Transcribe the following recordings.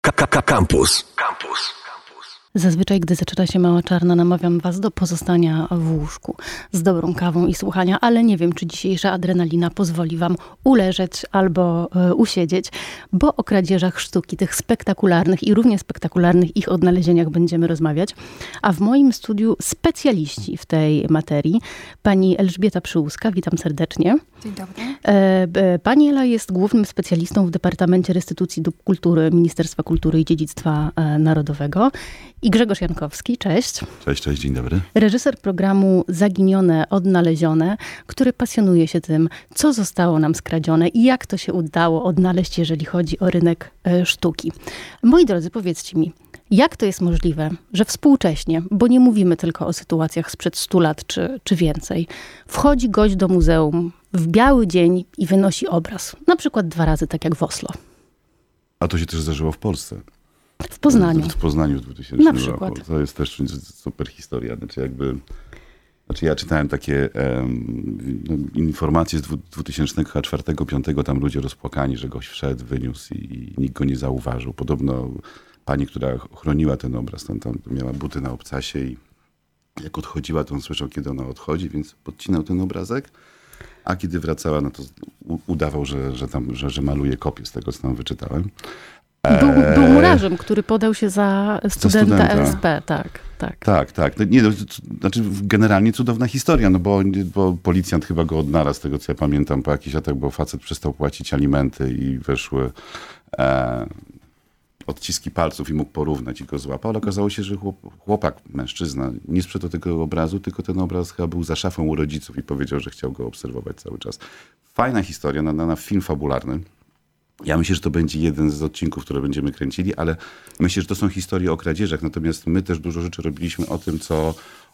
Campus. Zazwyczaj, gdy zaczyna się Mała Czarna, namawiam was do pozostania w łóżku z dobrą kawą i słuchania, ale nie wiem, czy dzisiejsza adrenalina pozwoli wam uleżeć albo usiedzieć, bo o kradzieżach sztuki, tych spektakularnych i równie spektakularnych ich odnalezieniach będziemy rozmawiać. A w moim studiu specjaliści w tej materii, pani Elżbieta Przyłuska, witam serdecznie. Dzień dobry. Pani Ela jest głównym specjalistą w Departamencie Restytucji Dóbr Kultury Ministerstwa Kultury i Dziedzictwa Narodowego. I Grzegorz Jankowski, cześć. Cześć, dzień dobry. Reżyser programu Zaginione, Odnalezione, który pasjonuje się tym, co zostało nam skradzione i jak to się udało odnaleźć, jeżeli chodzi o rynek sztuki. Moi drodzy, powiedzcie mi, jak to jest możliwe, że współcześnie, bo nie mówimy tylko o sytuacjach sprzed 100 lat czy więcej, wchodzi gość do muzeum w biały dzień i wynosi obraz. Na przykład 2 razy, tak jak w Oslo. A to się też zdarzyło w Polsce. W Poznaniu. W Poznaniu w 2000 Na roku. przykład. To jest też super historia. Znaczy ja czytałem takie informacje z 2004-2005, tam ludzie rozpłakani, że gość wszedł, wyniósł i nikt go nie zauważył. Podobno pani, która chroniła ten obraz, tam miała buty na obcasie i jak odchodziła, to on słyszał, kiedy ona odchodzi, więc podcinał ten obrazek. A kiedy wracała, no to udawał, że maluje kopię z tego, co tam wyczytałem. Był murarzem, który podał się za studenta LSP, tak. Tak. Nie, znaczy generalnie cudowna historia, no bo policjant chyba go odnalazł, z tego co ja pamiętam, po jakichś latach, bo facet przestał płacić alimenty i weszły odciski palców i mógł porównać i go złapał, ale okazało się, że chłopak, mężczyzna, nie sprzedał tego obrazu, tylko ten obraz chyba był za szafą u rodziców i powiedział, że chciał go obserwować cały czas. Fajna historia na film fabularny. Ja myślę, że to będzie jeden z odcinków, które będziemy kręcili, ale myślę, że to są historie o kradzieżach. Natomiast my też dużo rzeczy robiliśmy o tym, co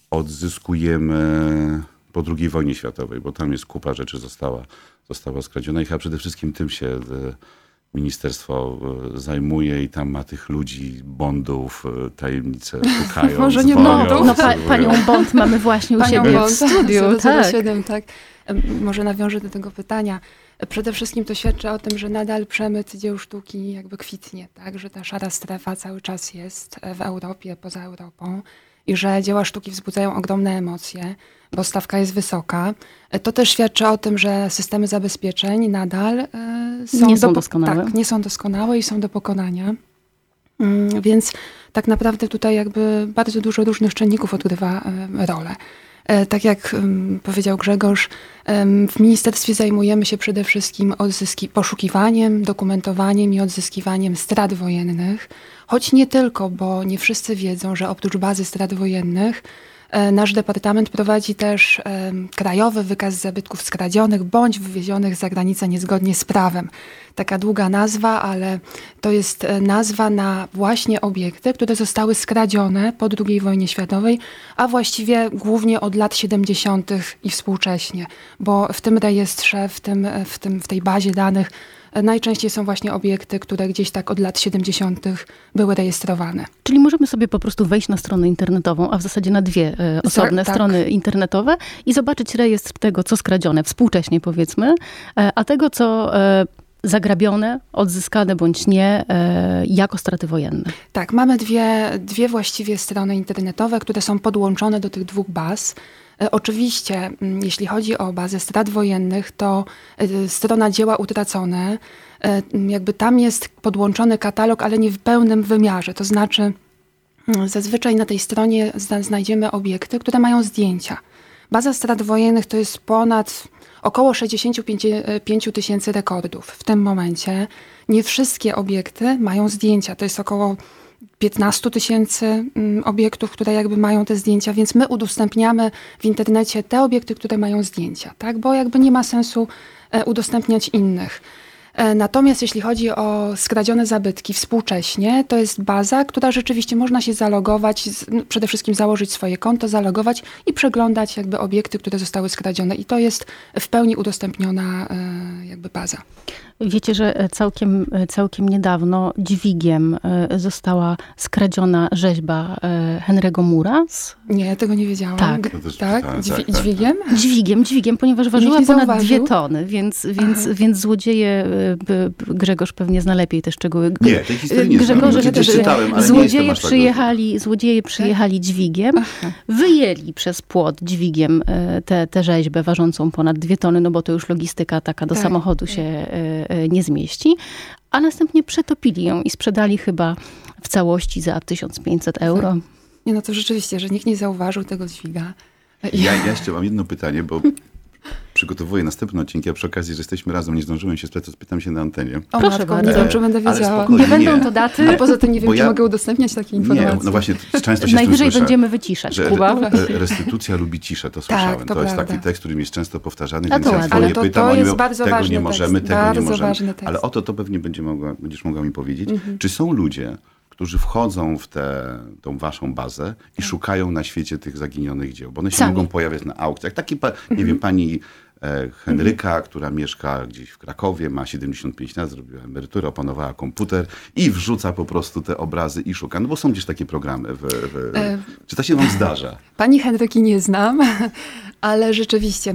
odzyskujemy po II wojnie światowej, bo tam jest kupa rzeczy została skradziona i chyba przede wszystkim tym się ministerstwo zajmuje i tam ma tych ludzi, Bondów, tajemnice szukają. Może nie Bondów. No panią Bond mamy właśnie u siebie w studiu. 007, tak. Może nawiążę do tego pytania. Przede wszystkim to świadczy o tym, że nadal przemyt dzieł sztuki jakby kwitnie, tak? Że ta szara strefa cały czas jest w Europie, poza Europą i że dzieła sztuki wzbudzają ogromne emocje, bo stawka jest wysoka. To też świadczy o tym, że systemy zabezpieczeń nadal nie są doskonałe. Tak, nie są doskonałe i są do pokonania. Więc tak naprawdę tutaj jakby bardzo dużo różnych czynników odgrywa rolę. Tak jak powiedział Grzegorz, w ministerstwie zajmujemy się przede wszystkim poszukiwaniem, dokumentowaniem i odzyskiwaniem strat wojennych. Choć nie tylko, bo nie wszyscy wiedzą, że oprócz bazy strat wojennych nasz departament prowadzi też krajowy wykaz zabytków skradzionych bądź wywiezionych za granicę niezgodnie z prawem. Taka długa nazwa, ale to jest nazwa na właśnie obiekty, które zostały skradzione po II wojnie światowej, a właściwie głównie od lat 70. i współcześnie, bo w tym rejestrze, w tej bazie danych najczęściej są właśnie obiekty, które gdzieś tak od lat 70. były rejestrowane. Czyli możemy sobie po prostu wejść na stronę internetową, a w zasadzie na 2 osobne strony internetowe i zobaczyć rejestr tego, co skradzione współcześnie powiedzmy, a tego, co zagrabione, odzyskane bądź nie, jako straty wojenne. Tak, mamy dwie właściwie strony internetowe, które są podłączone do tych 2 baz. Oczywiście, jeśli chodzi o bazę strat wojennych, to strona dzieła utracone, jakby tam jest podłączony katalog, ale nie w pełnym wymiarze. To znaczy, zazwyczaj na tej stronie znajdziemy obiekty, które mają zdjęcia. Baza strat wojennych to jest około 65 000 rekordów w tym momencie. Nie wszystkie obiekty mają zdjęcia. To jest około 15 000 obiektów, które jakby mają te zdjęcia, więc my udostępniamy w internecie te obiekty, które mają zdjęcia, tak? Bo jakby nie ma sensu udostępniać innych. Natomiast jeśli chodzi o skradzione zabytki współcześnie, to jest baza, która rzeczywiście można się zalogować, przede wszystkim założyć swoje konto, zalogować i przeglądać jakby obiekty, które zostały skradzione. I to jest w pełni udostępniona jakby baza. Wiecie, że całkiem niedawno dźwigiem została skradziona rzeźba Henry'ego Moore'a? Nie, tego nie wiedziałam. Tak. Tak? Dźwigiem? Dźwigiem, ponieważ ważyła nie ponad zauważył? 2 tony, więc złodzieje, Grzegorz pewnie zna lepiej te szczegóły. Nie, tej historii nie Grzegorze, znam. Kiedyś czytałem, ale złodzieje przyjechali dźwigiem, wyjęli przez płot dźwigiem tę rzeźbę ważącą ponad 2 tony, no bo to już logistyka taka do samochodu się nie zmieści, a następnie przetopili ją i sprzedali chyba w całości za 1500 euro. Nie, no to rzeczywiście, że nikt nie zauważył tego dźwiga. Ja jeszcze mam jedno pytanie, bo przygotowuję następny odcinek, a przy okazji, że jesteśmy razem, nie zdążyłem się spytać, to spytam się na antenie. O Proszę matko, bardzo. nie wiem, czy będę Ale wiedziała. spokojnie, Nie będą nie. to daty. A poza tym nie wiem, Bo czy ja- mogę udostępniać takie informacje. Nie, no właśnie, często się Najwyżej z tym słyszę, będziemy wyciszać, że Kuba. restytucja lubi ciszę, to słyszałem. to To jest prawda. taki tekst, który mi jest często powtarzany, A więc to ja ładnie. nie Ale to pytam, oni jest mówią, bardzo tego ważny nie możemy, tekst, tego nie bardzo możemy. ważny tekst. Ale o to pewnie będziesz mogła mi powiedzieć. Czy są ludzie, którzy wchodzą w tą waszą bazę i szukają na świecie tych zaginionych dzieł? Bo one się Sami. mogą pojawiać na aukcjach. Taki, nie wiem, pani Henryka, która mieszka gdzieś w Krakowie, ma 75 lat, zrobiła emeryturę, opanowała komputer i wrzuca po prostu te obrazy i szuka. No bo są gdzieś takie programy. Czy to się wam zdarza? Pani Henryki nie znam, ale rzeczywiście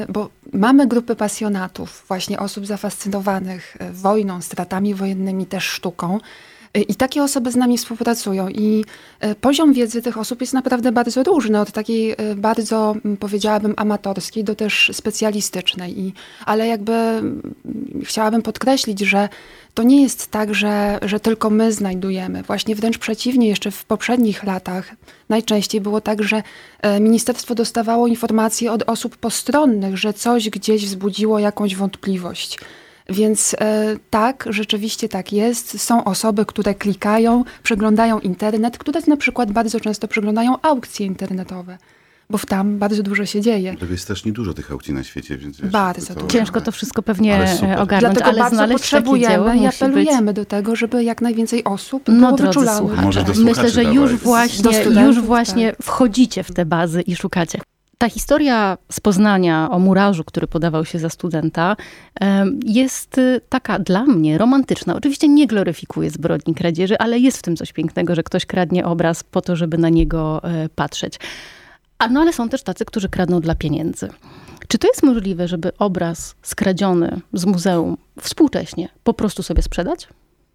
mamy grupy pasjonatów, właśnie osób zafascynowanych wojną, stratami wojennymi, też sztuką. I takie osoby z nami współpracują i poziom wiedzy tych osób jest naprawdę bardzo różny, od takiej bardzo, powiedziałabym, amatorskiej do też specjalistycznej. Ale jakby chciałabym podkreślić, że to nie jest tak, że tylko my znajdujemy. Właśnie wręcz przeciwnie, jeszcze w poprzednich latach najczęściej było tak, że ministerstwo dostawało informacje od osób postronnych, że coś gdzieś wzbudziło jakąś wątpliwość. Więc tak, rzeczywiście tak jest. Są osoby, które klikają, przeglądają internet, które na przykład bardzo często przeglądają aukcje internetowe, bo tam bardzo dużo się dzieje. To jest też niedużo tych aukcji na świecie, więc wiesz, Bardzo to dużo. Ciężko to wszystko pewnie Ale super. ogarnąć, Dlatego ale bardzo znaleźć takie dzieło potrzebujemy i musi być... apelujemy do tego, żeby jak najwięcej osób No było drodzy wyczulanych. słuchacze, Może do myślę, słuchaczy że dawaj. Do studentów, już właśnie wchodzicie w te bazy i szukacie. Ta historia z Poznania o murarzu, który podawał się za studenta, jest taka dla mnie romantyczna. Oczywiście nie gloryfikuje zbrodni kradzieży, ale jest w tym coś pięknego, że ktoś kradnie obraz po to, żeby na niego patrzeć. No ale są też tacy, którzy kradną dla pieniędzy. Czy to jest możliwe, żeby obraz skradziony z muzeum współcześnie po prostu sobie sprzedać?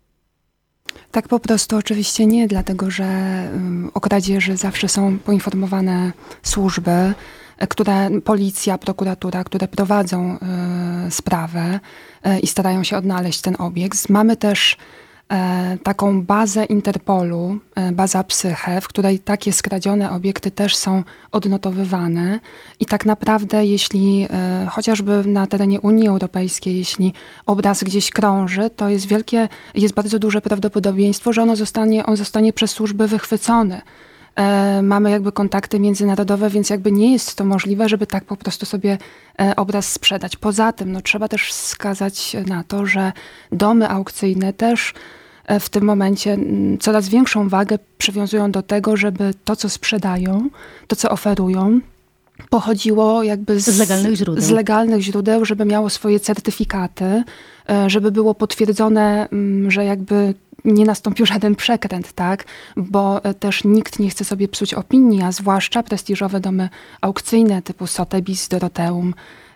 Tak po prostu oczywiście nie, dlatego że o kradzieży zawsze są poinformowane służby, policja, prokuratura, które prowadzą sprawę i starają się odnaleźć ten obiekt. Mamy też taką bazę Interpolu, baza Psyche, w której takie skradzione obiekty też są odnotowywane i tak naprawdę jeśli chociażby na terenie Unii Europejskiej, jeśli obraz gdzieś krąży, to jest bardzo duże prawdopodobieństwo, że on zostanie przez służby wychwycony. Mamy jakby kontakty międzynarodowe, więc jakby nie jest to możliwe, żeby tak po prostu sobie obraz sprzedać. Poza tym trzeba też wskazać na to, że domy aukcyjne też w tym momencie coraz większą wagę przywiązują do tego, żeby to, co sprzedają, to, co oferują, pochodziło jakby z legalnych źródeł, żeby miało swoje certyfikaty, żeby było potwierdzone, że jakby nie nastąpił żaden przekręt, tak? Bo też nikt nie chce sobie psuć opinii, a zwłaszcza prestiżowe domy aukcyjne typu Sotheby's, Doroteum.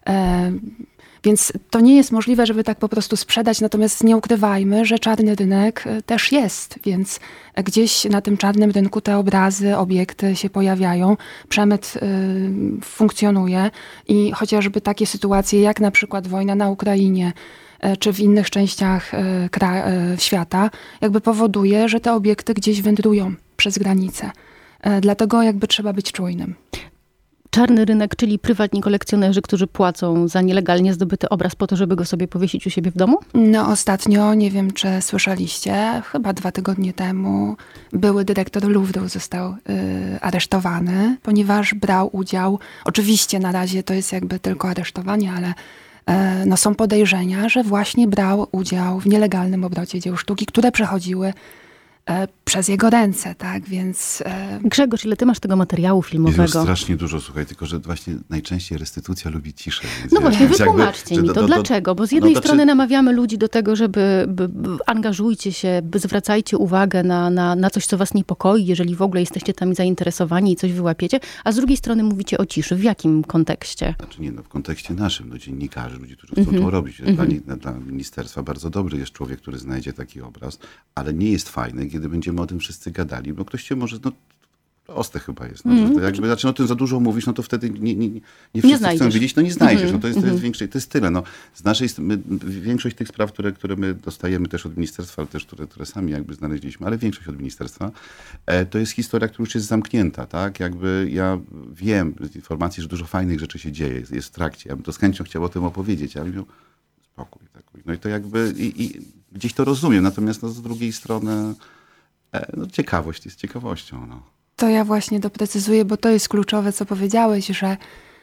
Więc to nie jest możliwe, żeby tak po prostu sprzedać, natomiast nie ukrywajmy, że czarny rynek też jest, więc gdzieś na tym czarnym rynku te obrazy, obiekty się pojawiają, przemyt funkcjonuje i chociażby takie sytuacje jak na przykład wojna na Ukrainie, czy w innych częściach świata, jakby powoduje, że te obiekty gdzieś wędrują przez granicę. Dlatego jakby trzeba być czujnym. Czarny rynek, czyli prywatni kolekcjonerzy, którzy płacą za nielegalnie zdobyty obraz po to, żeby go sobie powiesić u siebie w domu? No ostatnio, nie wiem czy słyszeliście, chyba 2 tygodnie temu były dyrektor Louvru został aresztowany, ponieważ brał udział, oczywiście na razie to jest jakby tylko aresztowanie, ale są podejrzenia, że właśnie brał udział w nielegalnym obrocie dzieł sztuki, które przechodziły przez jego ręce, tak, więc... Grzegorz, ile ty masz tego materiału filmowego? Jest strasznie dużo, słuchaj, tylko że właśnie najczęściej restytucja lubi ciszę. Więc no właśnie, wytłumaczcie mi to. Dlaczego? Bo z jednej strony namawiamy ludzi do tego, żeby angażujcie się, zwracajcie uwagę na coś, co was niepokoi, jeżeli w ogóle jesteście tam zainteresowani i coś wyłapiecie, a z drugiej strony mówicie o ciszy. W jakim kontekście? Znaczy nie, w kontekście naszym, dziennikarzy, ludzi, którzy chcą to robić. Dla ministerstwa bardzo dobry jest człowiek, który znajdzie taki obraz, ale nie jest fajny, kiedy będziemy o tym wszyscy gadali, bo ktoś cię może, proste chyba jest. Że to jakby o tym za dużo mówisz, no to wtedy nie wszyscy chcą wiedzieć, nie znajdziesz. To jest większe, to jest tyle. Z naszej większość tych spraw, które my dostajemy też od ministerstwa, ale też które sami jakby znaleźliśmy, ale większość od ministerstwa, to jest historia, która już jest zamknięta, tak? Jakby ja wiem z informacji, że dużo fajnych rzeczy się dzieje, jest w trakcie. Ja bym to z chęcią chciał o tym opowiedzieć, ale spokój. No i to jakby i gdzieś to rozumiem, natomiast z drugiej strony ciekawość jest ciekawością. To ja właśnie doprecyzuję, bo to jest kluczowe, co powiedziałeś, że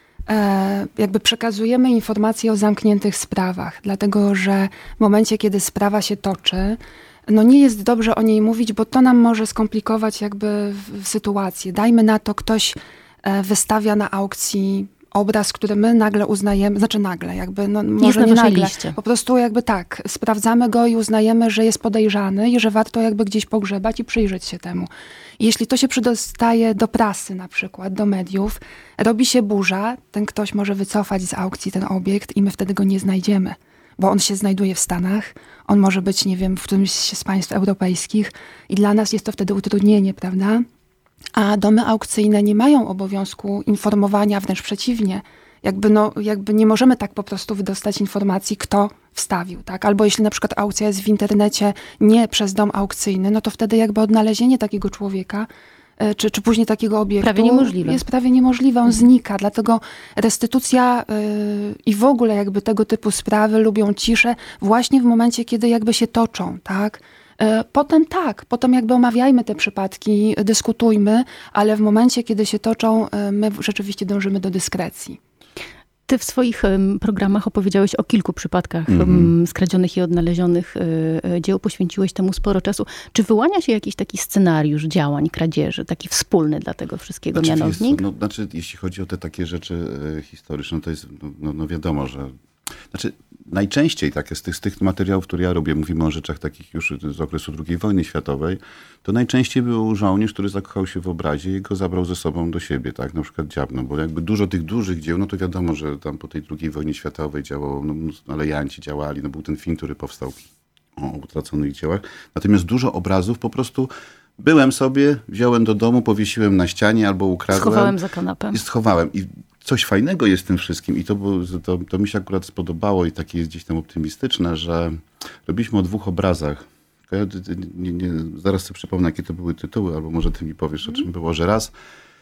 jakby przekazujemy informacje o zamkniętych sprawach, dlatego że w momencie, kiedy sprawa się toczy, nie jest dobrze o niej mówić, bo to nam może skomplikować jakby sytuację. Dajmy na to, ktoś wystawia na aukcji obraz, który my nagle uznajemy, może nie nagle, liście. Po prostu jakby tak, sprawdzamy go i uznajemy, że jest podejrzany i że warto jakby gdzieś pogrzebać i przyjrzeć się temu. I jeśli to się przydostaje do prasy na przykład, do mediów, robi się burza, ten ktoś może wycofać z aukcji ten obiekt i my wtedy go nie znajdziemy, bo on się znajduje w Stanach, on może być, nie wiem, w którymś z państw europejskich i dla nas jest to wtedy utrudnienie, prawda? A domy aukcyjne nie mają obowiązku informowania, wręcz przeciwnie. Jakby nie możemy tak po prostu wydostać informacji, kto wstawił, tak? Albo jeśli na przykład aukcja jest w internecie nie przez dom aukcyjny, to wtedy jakby odnalezienie takiego człowieka, czy później takiego obiektu jest prawie niemożliwe. On znika, dlatego restytucja i w ogóle jakby tego typu sprawy lubią ciszę właśnie w momencie, kiedy jakby się toczą, tak? Potem jakby omawiajmy te przypadki, dyskutujmy, ale w momencie, kiedy się toczą, my rzeczywiście dążymy do dyskrecji. Ty w swoich programach opowiedziałeś o kilku przypadkach skradzionych i odnalezionych dzieł, poświęciłeś temu sporo czasu. Czy wyłania się jakiś taki scenariusz działań, kradzieży, taki wspólny dla tego wszystkiego mianownik? Jeśli chodzi o te takie rzeczy historyczne, to jest wiadomo, że najczęściej z tych materiałów, które ja robię, mówimy o rzeczach takich już z okresu II wojny światowej, to najczęściej był żołnierz, który zakochał się w obrazie i go zabrał ze sobą do siebie, tak, na przykład Dziabno, bo jakby dużo tych dużych dzieł, to wiadomo, że tam po tej II wojnie światowej działało, alejanci działali, był ten film, który powstał o utraconych dziełach, natomiast dużo obrazów po prostu byłem sobie, wziąłem do domu, powiesiłem na ścianie albo ukradłem. Schowałem za kanapem. Schowałem. I coś fajnego jest w tym wszystkim i to mi się akurat spodobało i takie jest gdzieś tam optymistyczne, że robiliśmy o 2 obrazach. Ja zaraz sobie przypomnę, jakie to były tytuły, albo może ty mi powiesz, o czym było, że raz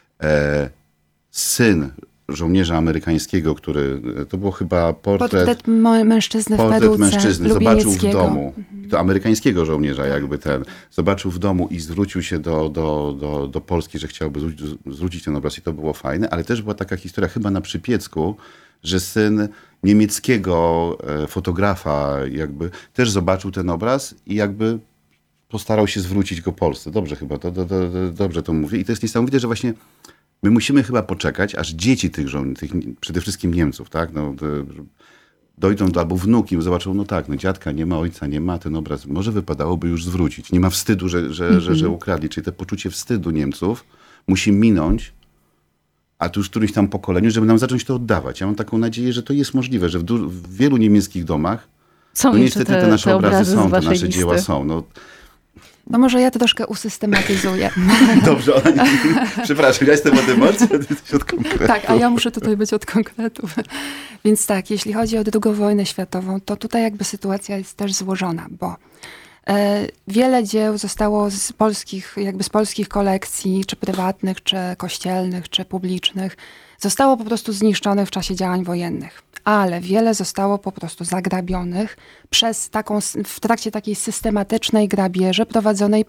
syn żołnierza amerykańskiego, to było chyba portret mężczyzny w peruce, zobaczył w domu, to amerykańskiego żołnierza zobaczył w domu i zwrócił się do Polski, że chciałby zwrócić ten obraz i to było fajne, ale też była taka historia chyba na Przypiecku, że syn niemieckiego fotografa też zobaczył ten obraz i postarał się zwrócić go Polsce. Dobrze chyba, dobrze to mówię i to jest niesamowite, że właśnie my musimy chyba poczekać, aż dzieci tych przede wszystkim Niemców, tak? Dojdą albo wnuki, zobaczą, dziadka nie ma, ojca nie ma, ten obraz może wypadałoby już zwrócić. Nie ma wstydu, że ukradli. Czyli to poczucie wstydu Niemców musi minąć, a tu już w którymś tam pokoleniu, żeby nam zacząć to oddawać. Ja mam taką nadzieję, że to jest możliwe, że w wielu niemieckich domach niestety te nasze obrazy są, te nasze dzieła są. No może ja to troszkę usystematyzuję. Dobrze, przepraszam, ja jestem od emocji, a ty jesteś od konkretów. Tak, a ja muszę tutaj być od konkretów. Więc tak, jeśli chodzi o II wojnę światową, to tutaj jakby sytuacja jest też złożona, bo wiele dzieł zostało z polskich kolekcji, czy prywatnych, czy kościelnych, czy publicznych, zostało po prostu zniszczonych w czasie działań wojennych. Ale wiele zostało po prostu zagrabionych w trakcie takiej systematycznej grabieży prowadzonej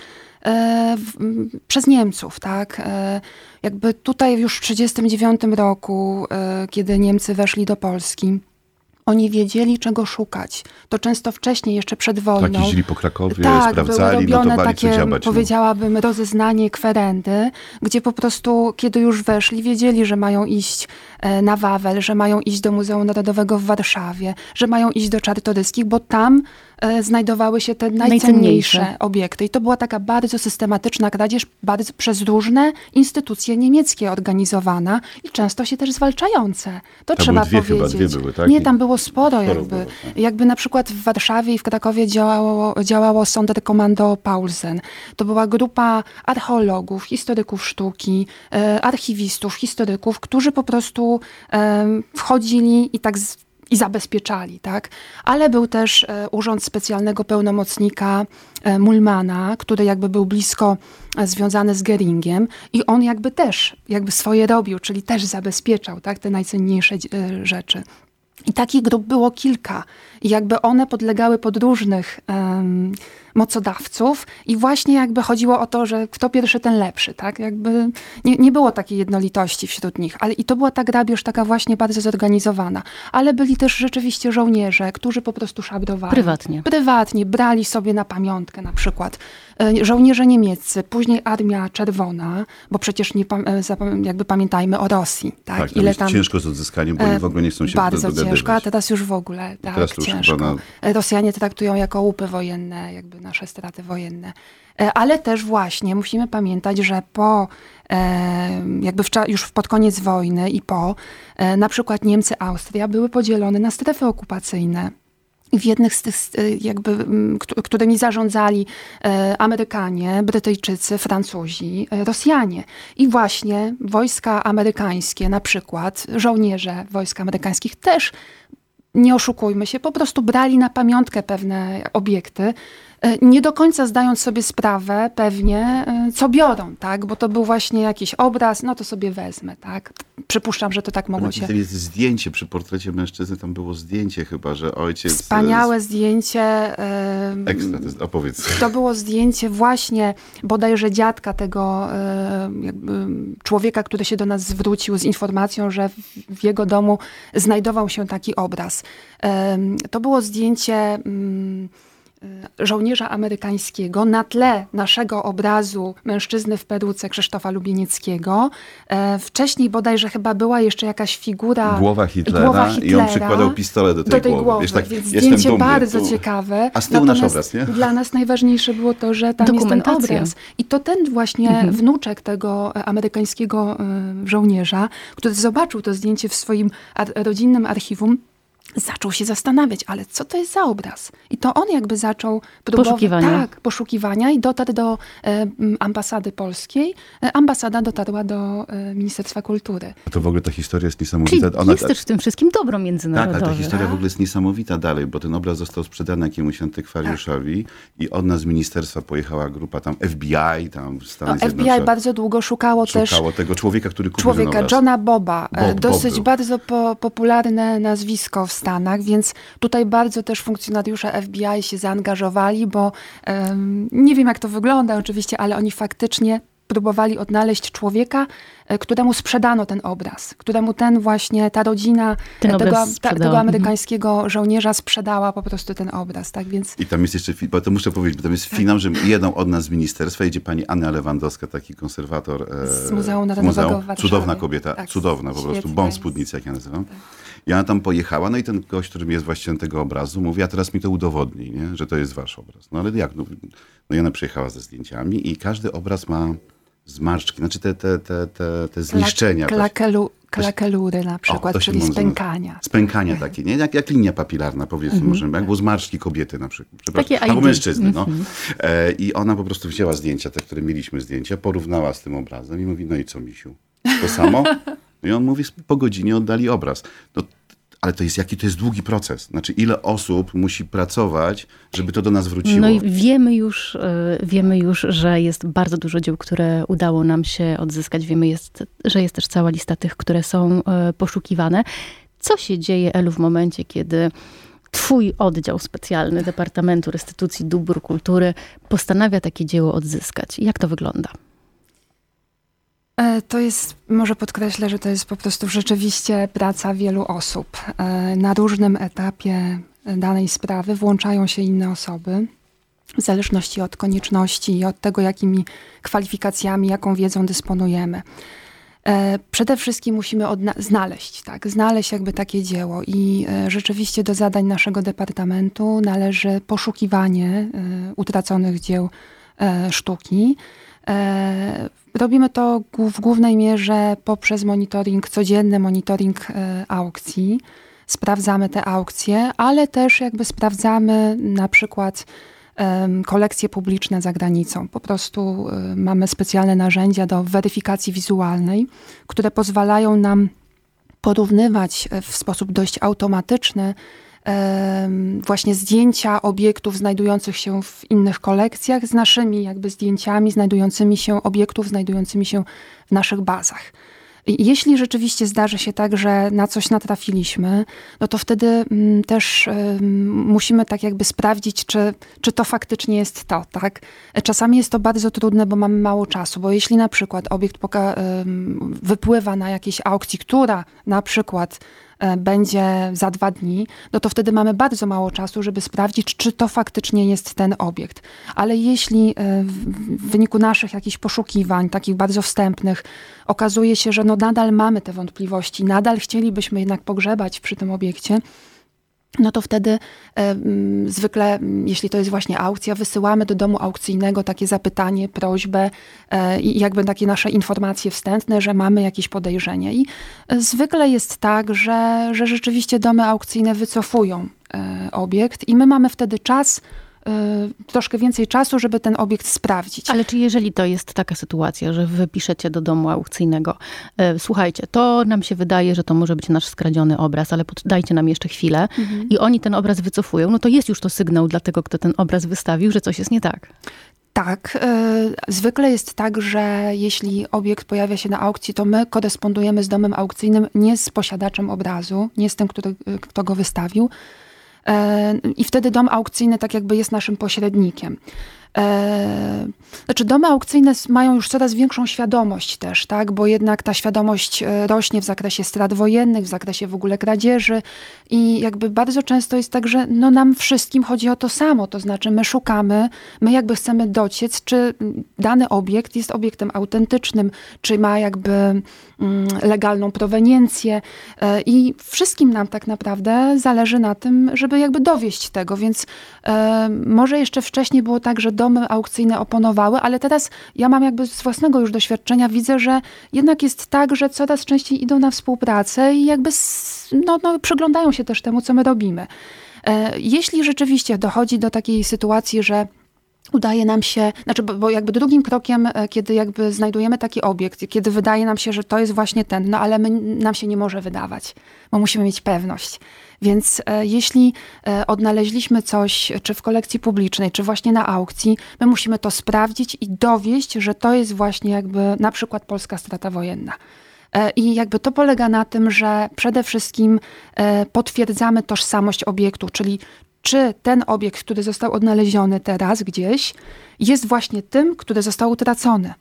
przez Niemców, tak? Jakby tutaj już w 1939 roku, kiedy Niemcy weszli do Polski, Oni wiedzieli, czego szukać. To często wcześniej, jeszcze przed wojną. Tak, jeździli po Krakowie, sprawdzali, były robione takie, co działać. powiedziałabym, rozeznanie kwerendy, gdzie po prostu, kiedy już weszli, wiedzieli, że mają iść na Wawel, że mają iść do Muzeum Narodowego w Warszawie, że mają iść do Czartoryskich, bo tam znajdowały się te najcenniejsze obiekty. I to była taka bardzo systematyczna kradzież, bardzo przez różne instytucje niemieckie organizowana i często się też zwalczające. To tam trzeba były powiedzieć. Chyba dwie były, tak? Nie, tam było sporo jakby. Było, tak. Jakby na przykład w Warszawie i w Krakowie działało Sonderkommando Paulsen. To była grupa archeologów, historyków sztuki, archiwistów, historyków, którzy po prostu wchodzili i zabezpieczali, tak? Ale był też urząd specjalnego pełnomocnika Mullmana, który jakby był blisko związany z Geringiem i on jakby swoje robił, czyli też zabezpieczał, tak? Te najcenniejsze rzeczy. I takich grup było kilka. I jakby one podlegały pod różnych mocodawców i właśnie jakby chodziło o to, że kto pierwszy, ten lepszy, tak? Jakby nie było takiej jednolitości wśród nich. Ale i to była ta grabież taka właśnie bardzo zorganizowana. Ale byli też rzeczywiście żołnierze, którzy po prostu szabrowali. Prywatnie, brali sobie na pamiątkę na przykład. Żołnierze niemieccy, później Armia Czerwona, bo przecież jakby pamiętajmy o Rosji. Tak, ile tam ciężko z odzyskaniem, bo oni w ogóle nie chcą się bardzo ciężko, a teraz już w ogóle tak, ciężko. Rosjanie traktują jako łupy wojenne, jakby nasze straty wojenne. Ale też właśnie musimy pamiętać, że już pod koniec wojny i na przykład Niemcy, Austria były podzielone na strefy okupacyjne. I w jednych z tych, którymi zarządzali Amerykanie, Brytyjczycy, Francuzi, Rosjanie. I właśnie wojska amerykańskie, na przykład żołnierze wojsk amerykańskich też, nie oszukujmy się, po prostu brali na pamiątkę pewne obiekty, nie do końca zdając sobie sprawę pewnie, co biorą, tak? Bo to był właśnie jakiś obraz, no to sobie wezmę, tak? Przypuszczam, że to tak mogło się... Jest zdjęcie przy portrecie mężczyzny, tam było zdjęcie chyba, że ojciec... Wspaniałe zdjęcie. Ekstra, opowiedz. To było zdjęcie właśnie bodajże dziadka tego jakby człowieka, który się do nas zwrócił z informacją, że w jego domu znajdował się taki obraz. To było zdjęcie żołnierza amerykańskiego na tle naszego obrazu mężczyzny w peruce Krzysztofa Lubienieckiego. Wcześniej bodajże chyba była jeszcze jakaś figura... Głowa Hitlera i on przykładał pistolet do tej głowy. Wiesz, tak, więc zdjęcie bardzo ciekawe. A z tyłu nasz obraz, nie? Dla nas najważniejsze było to, że tam jest ten obraz. I to ten właśnie wnuczek tego amerykańskiego żołnierza, który zobaczył to zdjęcie w swoim rodzinnym archiwum, zaczął się zastanawiać, ale co to jest za obraz? I to on jakby zaczął poszukiwania i dotarł do ambasady polskiej. Ambasada dotarła do Ministerstwa Kultury. To w ogóle ta historia jest niesamowita. Czyli jest też w tym wszystkim dobro międzynarodowe. Tak, ale ta historia w ogóle jest niesamowita dalej, bo ten obraz został sprzedany jakiemuś antykwariuszowi i od nas z ministerstwa pojechała grupa tam FBI, tam w Stanach Zjednoczonych. FBI bardzo długo szukało tego człowieka, który kupił ten obraz. Johna Boba. Dosyć bardzo popularne nazwisko w Stanach, więc tutaj bardzo też funkcjonariusze FBI się zaangażowali, bo nie wiem jak to wygląda oczywiście, ale oni faktycznie próbowali odnaleźć człowieka, któremu sprzedano ten obraz, któremu ta rodzina tego amerykańskiego żołnierza sprzedała po prostu ten obraz. Tak? Więc... I tam jest jeszcze, bo to muszę powiedzieć, bo tam jest finał, że jedą od nas z ministerstwa, jedzie pani Anna Lewandowska, taki konserwator z Muzeum Narodowego w Warszawie. Cudowna kobieta, cudowna po prostu, bomb spódnicy, jak ja nazywam. I ona tam pojechała, no i ten gość, który jest właścicielem tego obrazu, mówi, a teraz mi to udowodni, nie? Że to jest wasz obraz. No ale jak? No i ona przyjechała ze zdjęciami i każdy obraz ma zmarszczki, znaczy te zniszczenia. Klakelury na przykład, czyli spękania. Spękania takie, nie? Jak linia papilarna, powiedzmy, możemy, albo zmarszczki kobiety na przykład. Albo mężczyzny, no. I ona po prostu wzięła zdjęcia, te, które mieliśmy zdjęcia, porównała z tym obrazem i mówi, no i co, misiu? To samo? I on mówi, po godzinie oddali obraz. No, ale jaki to jest długi proces. Znaczy, ile osób musi pracować, żeby to do nas wróciło. No i wiemy już, że jest bardzo dużo dzieł, które udało nam się odzyskać. Wiemy, że jest też cała lista tych, które są poszukiwane. Co się dzieje, Elu, w momencie, kiedy twój oddział specjalny Departamentu Restytucji Dóbr Kultury postanawia takie dzieło odzyskać? Jak to wygląda? To jest, może podkreślę, że to jest po prostu rzeczywiście praca wielu osób. Na różnym etapie danej sprawy włączają się inne osoby, w zależności od konieczności i od tego, jakimi kwalifikacjami, jaką wiedzą dysponujemy. Przede wszystkim musimy znaleźć jakby takie dzieło i rzeczywiście do zadań naszego departamentu należy poszukiwanie utraconych dzieł sztuki. Robimy to w głównej mierze poprzez codzienny monitoring aukcji. Sprawdzamy te aukcje, ale też jakby sprawdzamy na przykład kolekcje publiczne za granicą. Po prostu mamy specjalne narzędzia do weryfikacji wizualnej, które pozwalają nam porównywać w sposób dość automatyczny właśnie zdjęcia obiektów znajdujących się w innych kolekcjach z naszymi jakby zdjęciami obiektów znajdującymi się w naszych bazach. Jeśli rzeczywiście zdarzy się tak, że na coś natrafiliśmy, no to wtedy też musimy tak jakby sprawdzić, czy to faktycznie jest to, tak? Czasami jest to bardzo trudne, bo mamy mało czasu, bo jeśli na przykład obiekt wypływa na jakiejś aukcji, która na przykład będzie za 2 dni, no to wtedy mamy bardzo mało czasu, żeby sprawdzić, czy to faktycznie jest ten obiekt. Ale jeśli w wyniku naszych jakichś poszukiwań, takich bardzo wstępnych, okazuje się, że no nadal mamy te wątpliwości, nadal chcielibyśmy jednak pogrzebać przy tym obiekcie, no to wtedy zwykle, jeśli to jest właśnie aukcja, wysyłamy do domu aukcyjnego takie zapytanie, prośbę i jakby takie nasze informacje wstępne, że mamy jakieś podejrzenie. I zwykle jest tak, że rzeczywiście domy aukcyjne wycofują obiekt i my mamy wtedy troszkę więcej czasu, żeby ten obiekt sprawdzić. Ale czy jeżeli to jest taka sytuacja, że wy piszecie do domu aukcyjnego, słuchajcie, to nam się wydaje, że to może być nasz skradziony obraz, ale dajcie nam jeszcze chwilę i oni ten obraz wycofują, no to jest już to sygnał dla tego, kto ten obraz wystawił, że coś jest nie tak. Tak. Zwykle jest tak, że jeśli obiekt pojawia się na aukcji, to my korespondujemy z domem aukcyjnym nie z posiadaczem obrazu, nie z tym, kto go wystawił, i wtedy dom aukcyjny tak jakby jest naszym pośrednikiem. Znaczy domy aukcyjne mają już coraz większą świadomość też, tak? Bo jednak ta świadomość rośnie w zakresie strat wojennych, w zakresie w ogóle kradzieży i jakby bardzo często jest tak, że no nam wszystkim chodzi o to samo, to znaczy my jakby chcemy dociec, czy dany obiekt jest obiektem autentycznym, czy ma jakby legalną proweniencję i wszystkim nam tak naprawdę zależy na tym, żeby jakby dowieść tego, więc może jeszcze wcześniej było tak, że domy aukcyjne oponowały, ale teraz ja mam jakby z własnego już doświadczenia, widzę, że jednak jest tak, że coraz częściej idą na współpracę i jakby przyglądają się też temu, co my robimy. Jeśli rzeczywiście dochodzi do takiej sytuacji, że udaje nam się, bo jakby drugim krokiem, kiedy jakby znajdujemy taki obiekt, kiedy wydaje nam się, że to jest właśnie ten, no ale nam się nie może wydawać, bo musimy mieć pewność. Więc jeśli odnaleźliśmy coś, czy w kolekcji publicznej, czy właśnie na aukcji, my musimy to sprawdzić i dowieść, że to jest właśnie jakby na przykład polska strata wojenna. I jakby to polega na tym, że przede wszystkim potwierdzamy tożsamość obiektu, czyli czy ten obiekt, który został odnaleziony teraz gdzieś, jest właśnie tym, który został utracony.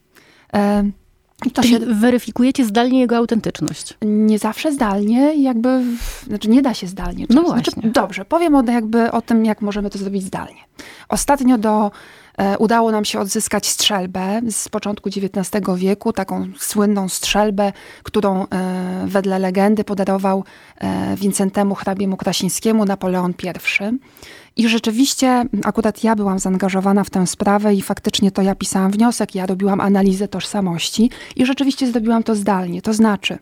Czyli weryfikujecie zdalnie jego autentyczność? Nie zawsze zdalnie, nie da się zdalnie. No właśnie. Dobrze, powiem o tym, jak możemy to zrobić zdalnie. Ostatnio udało nam się odzyskać strzelbę z początku XIX wieku, taką słynną strzelbę, którą wedle legendy podarował Wincentemu hrabiemu Krasińskiemu Napoleon I. I rzeczywiście akurat ja byłam zaangażowana w tę sprawę i faktycznie to ja pisałam wniosek, ja robiłam analizę tożsamości i rzeczywiście zrobiłam to zdalnie. To znaczy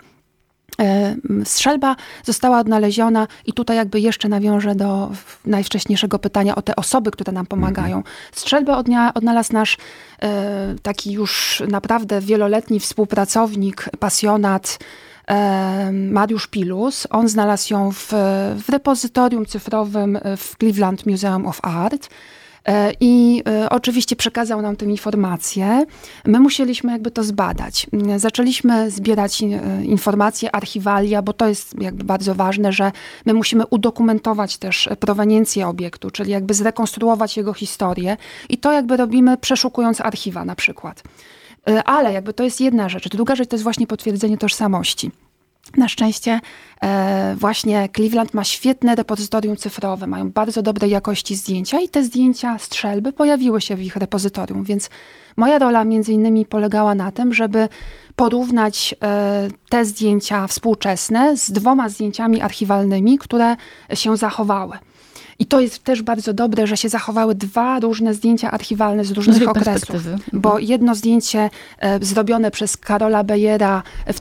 strzelba została odnaleziona i tutaj jakby jeszcze nawiążę do najwcześniejszego pytania o te osoby, które nam pomagają. Strzelbę odnalazł nasz taki już naprawdę wieloletni współpracownik, pasjonat Mariusz Pilus. On znalazł ją w repozytorium cyfrowym w Cleveland Museum of Art. I oczywiście przekazał nam tę informację. My musieliśmy jakby to zbadać. Zaczęliśmy zbierać informacje, archiwalia, bo to jest jakby bardzo ważne, że my musimy udokumentować też proweniencję obiektu, czyli jakby zrekonstruować jego historię i to jakby robimy przeszukując archiwa na przykład. Ale jakby to jest jedna rzecz. Druga rzecz to jest właśnie potwierdzenie tożsamości. Na szczęście właśnie Cleveland ma świetne repozytorium cyfrowe, mają bardzo dobrej jakości zdjęcia i te zdjęcia strzelby pojawiły się w ich repozytorium, więc moja rola między innymi polegała na tym, żeby porównać te zdjęcia współczesne z 2 zdjęciami archiwalnymi, które się zachowały. I to jest też bardzo dobre, że się zachowały 2 różne zdjęcia archiwalne z różnych okresów. Bo jedno zdjęcie zrobione przez Karola Beyera w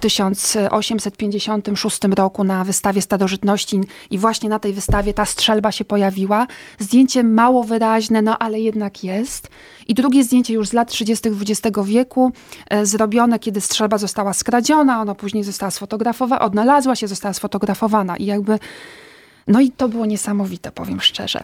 1856 roku na wystawie starożytności i właśnie na tej wystawie ta strzelba się pojawiła. Zdjęcie mało wyraźne, no ale jednak jest. I drugie zdjęcie już z lat 30. XX wieku, zrobione, kiedy strzelba została skradziona, ona później została sfotografowana, odnalazła się, została sfotografowana i jakby no i to było niesamowite, powiem szczerze.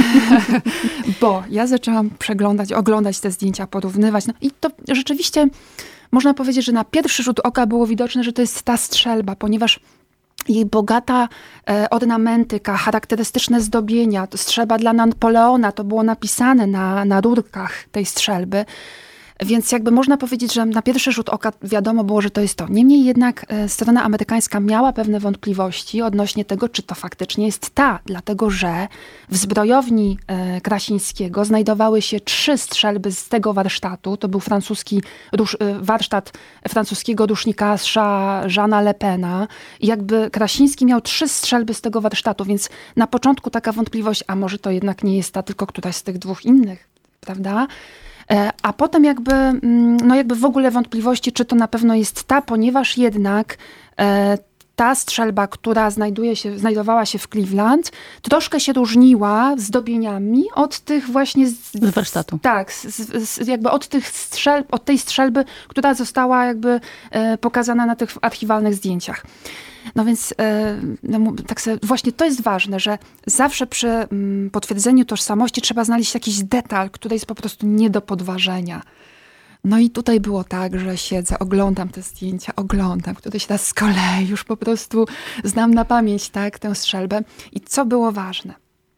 Bo ja zaczęłam oglądać te zdjęcia, porównywać. No i to rzeczywiście można powiedzieć, że na pierwszy rzut oka było widoczne, że to jest ta strzelba, ponieważ jej bogata ornamentyka, charakterystyczne zdobienia, strzelba dla Napoleona, to było napisane na rurkach tej strzelby. Więc jakby można powiedzieć, że na pierwszy rzut oka wiadomo było, że to jest to. Niemniej jednak strona amerykańska miała pewne wątpliwości odnośnie tego, czy to faktycznie jest ta. Dlatego, że w zbrojowni Krasińskiego znajdowały się 3 strzelby z tego warsztatu. To był warsztat francuskiego rusznikarza Jeana Le Pena. I jakby Krasiński miał 3 strzelby z tego warsztatu, więc na początku taka wątpliwość, a może to jednak nie jest ta, tylko któraś z tych 2 innych, prawda? A potem jakby w ogóle wątpliwości, czy to na pewno jest ta, ponieważ jednak ta strzelba, która znajdowała się w Cleveland, troszkę się różniła zdobieniami od tych właśnie z warsztatu. Tak, jakby od tej strzelby, która została jakby pokazana na tych archiwalnych zdjęciach. No więc tak sobie, właśnie to jest ważne, że zawsze przy potwierdzeniu tożsamości trzeba znaleźć jakiś detal, który jest po prostu nie do podważenia. No i tutaj było tak, że siedzę, oglądam te zdjęcia, któryś raz z kolei już po prostu znam na pamięć tę strzelbę. I co było ważne?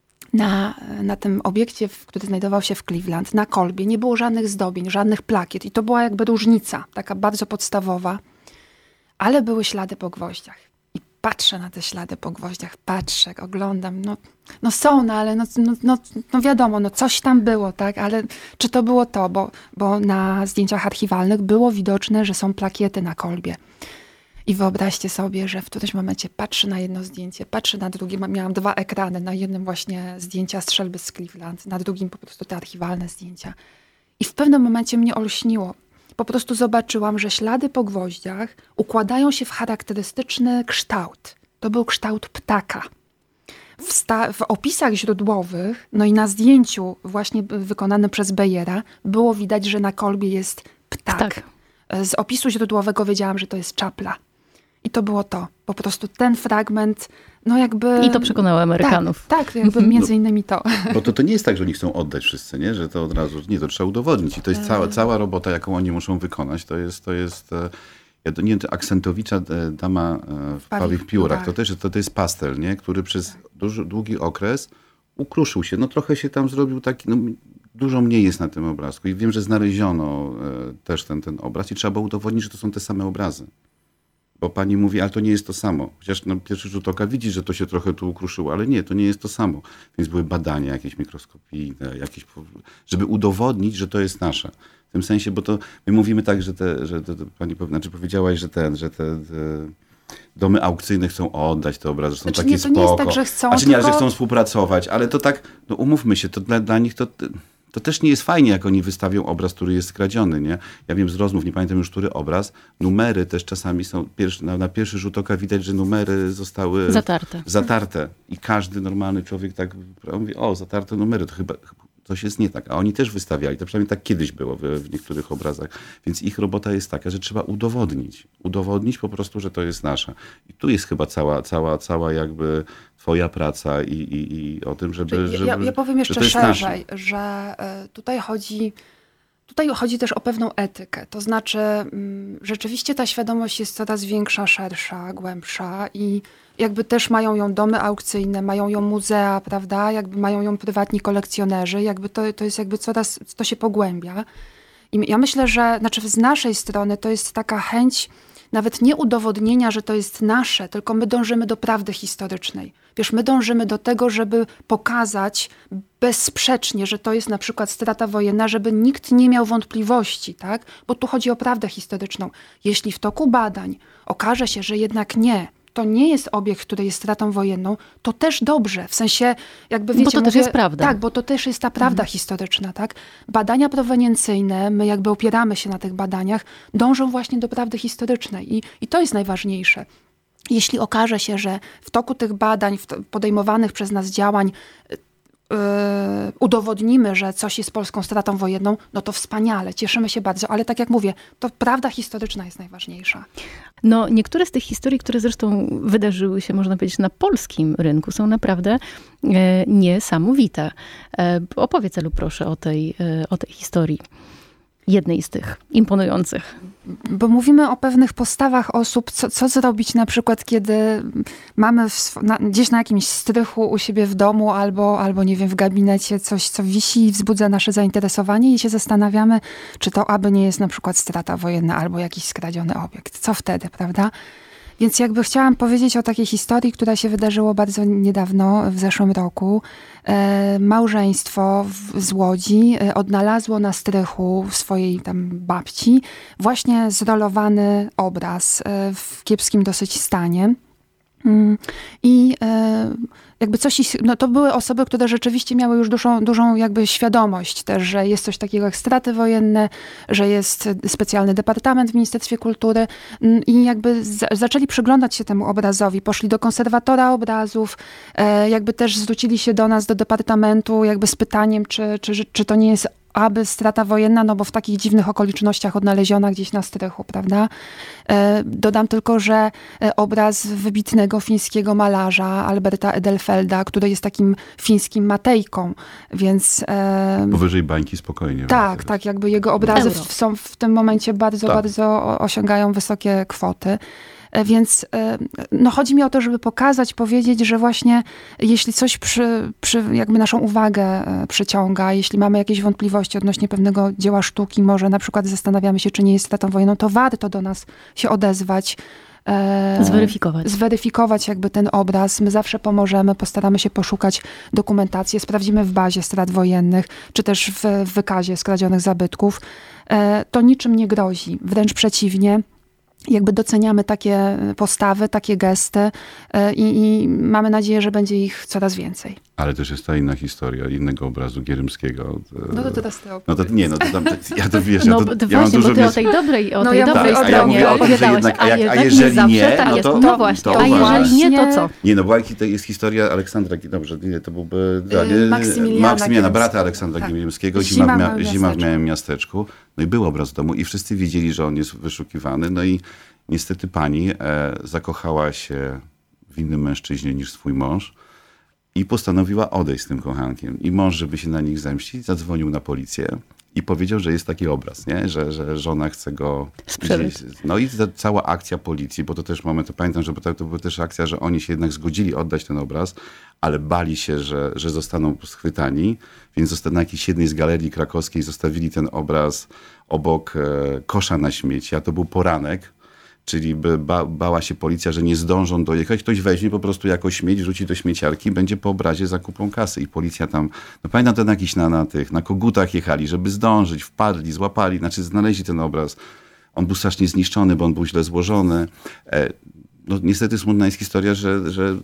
Na tym obiekcie, który znajdował się w Cleveland, na kolbie, nie było żadnych zdobień, żadnych plakiet. I to była jakby różnica, taka bardzo podstawowa. Ale były ślady po gwoździach. I patrzę na te ślady po gwoździach, oglądam, no są, ale no wiadomo, no coś tam było, tak, ale czy to było to, bo na zdjęciach archiwalnych było widoczne, że są plakiety na kolbie. I wyobraźcie sobie, że w którymś momencie patrzę na jedno zdjęcie, patrzę na drugie, miałam 2 ekrany, na jednym właśnie zdjęcia strzelby z Cleveland, na drugim po prostu te archiwalne zdjęcia. I w pewnym momencie mnie olśniło. Po prostu zobaczyłam, że ślady po gwoździach układają się w charakterystyczny kształt. To był kształt ptaka. W opisach źródłowych, no i na zdjęciu właśnie wykonanym przez Beyera, było widać, że na kolbie jest ptak. Z opisu źródłowego wiedziałam, że to jest czapla. I to było to. Po prostu ten fragment, no jakby... I to przekonało Amerykanów. Tak, jakby między innymi to. Bo to nie jest tak, że oni chcą oddać wszyscy, nie? Że to od razu, nie, to trzeba udowodnić. I to jest cała robota, jaką oni muszą wykonać. To jest nie wiem, Aksentowicza Dama w pawich piórach. To jest pastel, nie? Który przez długi okres ukruszył się. No trochę się tam zrobił taki... Dużo mniej jest na tym obrazku. I wiem, że znaleziono też ten obraz i trzeba było udowodnić, że to są te same obrazy. Bo pani mówi, ale to nie jest to samo. Chociaż na pierwszy rzut oka widzi, że to się trochę tu ukruszyło, ale nie, to nie jest to samo. Więc były badania jakieś mikroskopijne, żeby udowodnić, że to jest nasze. W tym sensie, bo to my mówimy tak, że pani powiedziałaś, że te domy aukcyjne chcą oddać te obrazy, są takie spoko. Nie jest tak, że chcą, że chcą współpracować, ale to tak, no umówmy się, to dla nich to też nie jest fajnie, jak oni wystawią obraz, który jest skradziony, nie? Ja wiem z rozmów, nie pamiętam już, który obraz. Numery też czasami są, na pierwszy rzut oka widać, że numery zostały zatarte. I każdy normalny człowiek tak mówi, zatarte numery, to chyba coś jest nie tak. A oni też wystawiali, to przynajmniej tak kiedyś było w niektórych obrazach. Więc ich robota jest taka, że trzeba udowodnić po prostu, że to jest nasze. I tu jest chyba cała jakby twoja praca i o tym, żeby ja powiem jeszcze szerzej, że tutaj chodzi też o pewną etykę. To znaczy rzeczywiście ta świadomość jest coraz większa, szersza, głębsza i jakby też mają ją domy aukcyjne, mają ją muzea, prawda? Jakby mają ją prywatni kolekcjonerzy. Jakby to jest jakby to się pogłębia. I ja myślę, że z naszej strony to jest taka chęć nawet nie udowodnienia, że to jest nasze, tylko my dążymy do prawdy historycznej. Wiesz, my dążymy do tego, żeby pokazać bezsprzecznie, że to jest na przykład strata wojenna, żeby nikt nie miał wątpliwości, tak? Bo tu chodzi o prawdę historyczną. Jeśli w toku badań okaże się, że jednak nie, to nie jest obiekt, który jest stratą wojenną, to też dobrze. W sensie, jakby wiecie... Bo to też jest prawda. Tak, bo to też jest ta prawda historyczna, tak? Badania proweniencyjne, my jakby opieramy się na tych badaniach, dążą właśnie do prawdy historycznej i to jest najważniejsze. Jeśli okaże się, że w toku tych badań, podejmowanych przez nas działań, udowodnimy, że coś jest polską stratą wojenną, no to wspaniale, cieszymy się bardzo. Ale tak jak mówię, to prawda historyczna jest najważniejsza. No, niektóre z tych historii, które zresztą wydarzyły się, można powiedzieć, na polskim rynku, są naprawdę niesamowite. Opowiedz, Elu, proszę o tej historii. Jednej z tych imponujących. Bo mówimy o pewnych postawach osób, co zrobić na przykład, kiedy mamy gdzieś na jakimś strychu u siebie w domu albo nie wiem, w gabinecie coś, co wisi i wzbudza nasze zainteresowanie i się zastanawiamy, czy to aby nie jest na przykład strata wojenna albo jakiś skradziony obiekt. Co wtedy, prawda? Więc jakby chciałam powiedzieć o takiej historii, która się wydarzyło bardzo niedawno, w zeszłym roku. Małżeństwo z Łodzi odnalazło na strychu swojej tam babci właśnie zrolowany obraz w kiepskim dosyć stanie. I jakby to były osoby, które rzeczywiście miały już dużą jakby świadomość też, że jest coś takiego jak straty wojenne, że jest specjalny departament w Ministerstwie Kultury i jakby zaczęli przyglądać się temu obrazowi. Poszli do konserwatora obrazów, jakby też zwrócili się do nas, do departamentu jakby z pytaniem, czy to nie jest aby strata wojenna, no bo w takich dziwnych okolicznościach odnaleziona gdzieś na strychu, prawda? Dodam tylko, że obraz wybitnego fińskiego malarza Alberta Edelfelda, który jest takim fińskim Matejką, więc... Powyżej bańki spokojnie. Tak, jakby jego obrazy są w tym momencie bardzo osiągają wysokie kwoty. Więc chodzi mi o to, żeby pokazać, powiedzieć, że właśnie jeśli coś jakby naszą uwagę przyciąga, jeśli mamy jakieś wątpliwości odnośnie pewnego dzieła sztuki, może na przykład zastanawiamy się, czy nie jest stratą wojenną, to warto do nas się odezwać. Zweryfikować jakby ten obraz. My zawsze pomożemy, postaramy się poszukać dokumentacji, sprawdzimy w bazie strat wojennych, czy też w wykazie skradzionych zabytków. To niczym nie grozi, wręcz przeciwnie. Jakby doceniamy takie postawy, takie gesty i mamy nadzieję, że będzie ich coraz więcej. Ale też jest ta inna historia, innego obrazu Gierymskiego. No to teraz ty opowiedz. Ja to wiesz, bo ty o tej dobrej stronie opowiadałeś. A jeżeli nie, no właśnie. A jeżeli nie, to co? Nie, no bo to jest historia Aleksandra, dobrze, to byłby Maksymiliana, brata Aleksandra Gierymskiego, Zima w małym miasteczku. No i był obraz w domu i wszyscy wiedzieli, że on jest wyszukiwany. No i niestety pani zakochała się w innym mężczyźnie niż swój mąż i postanowiła odejść z tym kochankiem. I mąż, żeby się na nich zemścić, zadzwonił na policję i powiedział, że jest taki obraz, nie? Że żona chce go sprzedać. No i cała akcja policji, bo to też pamiętam, że to była też akcja, że oni się jednak zgodzili oddać ten obraz, ale bali się, że zostaną schwytani, więc na jakiejś jednej z galerii krakowskiej zostawili ten obraz obok kosza na śmieci, a to był poranek. Czyli bała się policja, że nie zdążą dojechać. Ktoś weźmie po prostu jako śmieć, rzuci do śmieciarki, będzie po obrazie za kupą kasy. I policja tam, pamiętam ten jakiś na kogutach jechali, żeby zdążyć, wpadli, złapali, znaleźli ten obraz. On był strasznie zniszczony, bo on był źle złożony. Niestety smutna jest historia, że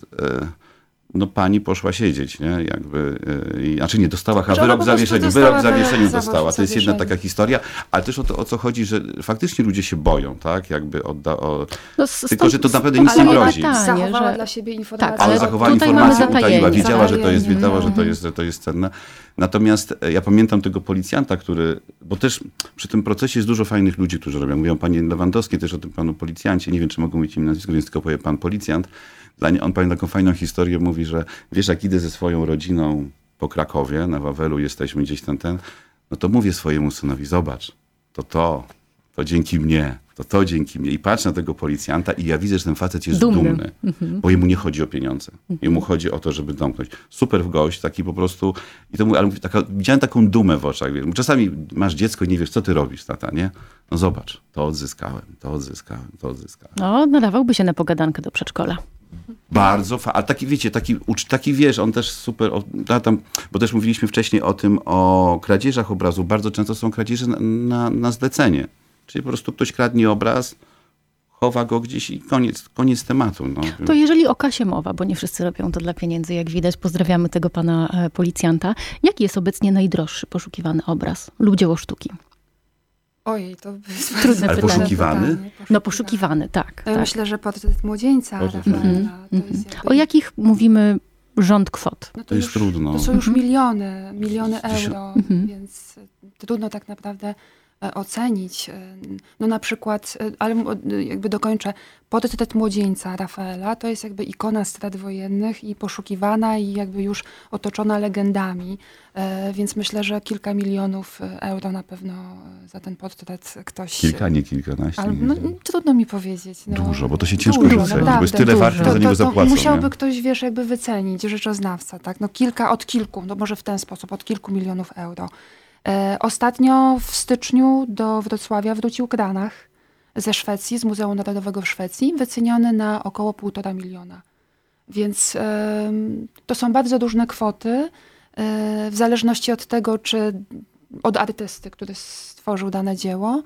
pani poszła siedzieć, nie? Znaczy nie dostała, wyrok w zawieszeniu dostała. To jest jedna taka historia, ale też o co chodzi, że faktycznie ludzie się boją, tak? Tylko, że to naprawdę nic nie grozi. Zachowała dla siebie informację. Tak, ale zachowała informację, utaiła, wiedziała, że to jest cenne. Natomiast ja pamiętam tego policjanta, bo też przy tym procesie jest dużo fajnych ludzi, którzy robią. Mówią panie Lewandowskiej, też o tym panu policjancie. Nie wiem, czy mogą mówić im nazwisko, więc tylko powie pan policjant. On pamięta taką fajną historię, mówi, że wiesz, jak idę ze swoją rodziną po Krakowie, na Wawelu, jesteśmy gdzieś no to mówię swojemu synowi, zobacz, to dzięki mnie, to dzięki mnie. I patrzę na tego policjanta i ja widzę, że ten facet jest dumny, bo jemu nie chodzi o pieniądze. Jemu chodzi o to, żeby domknąć. Super gość, taki po prostu. I to mówię, ale widziałem taką dumę w oczach. Czasami masz dziecko i nie wiesz, co ty robisz, tata, nie? No zobacz, to odzyskałem. No, nadawałby się na pogadankę do przedszkola. Bardzo, ale taki, wiecie, taki wiesz, on też super, bo też mówiliśmy wcześniej o kradzieżach obrazu. Bardzo często są kradzieże na zlecenie. Czyli po prostu ktoś kradnie obraz, chowa go gdzieś i koniec tematu. No. To jeżeli o kasie mowa, bo nie wszyscy robią to dla pieniędzy, jak widać, pozdrawiamy tego pana policjanta. Jaki jest obecnie najdroższy poszukiwany obraz lub dzieło sztuki? Ojej, to jest trudne pytanie. Poszukiwany? No poszukiwany, tak. Myślę, że portret młodzieńca Rafaela. O jakich mówimy rząd kwot? No to jest trudno. To są już miliony euro, więc trudno tak naprawdę ocenić. No na przykład, ale jakby dokończę, portret młodzieńca Rafaela to jest jakby ikona strat wojennych i poszukiwana i jakby już otoczona legendami, więc myślę, że kilka milionów euro na pewno za ten portret ktoś... Kilka, nie kilkanaście. No, trudno mi powiedzieć. No, dużo, bo to się ciężko wycenić, bo jest tyle warte, że za niego zapłacą. Musiałby ktoś, wiesz, jakby wycenić, rzeczoznawca, tak? No od kilku, no może w ten sposób, od kilku milionów euro. Ostatnio w styczniu do Wrocławia wrócił Kranach ze Szwecji, z Muzeum Narodowego w Szwecji, wyceniony na około 1,5 miliona. Więc to są bardzo różne kwoty, w zależności od tego, od artysty, który stworzył dane dzieło.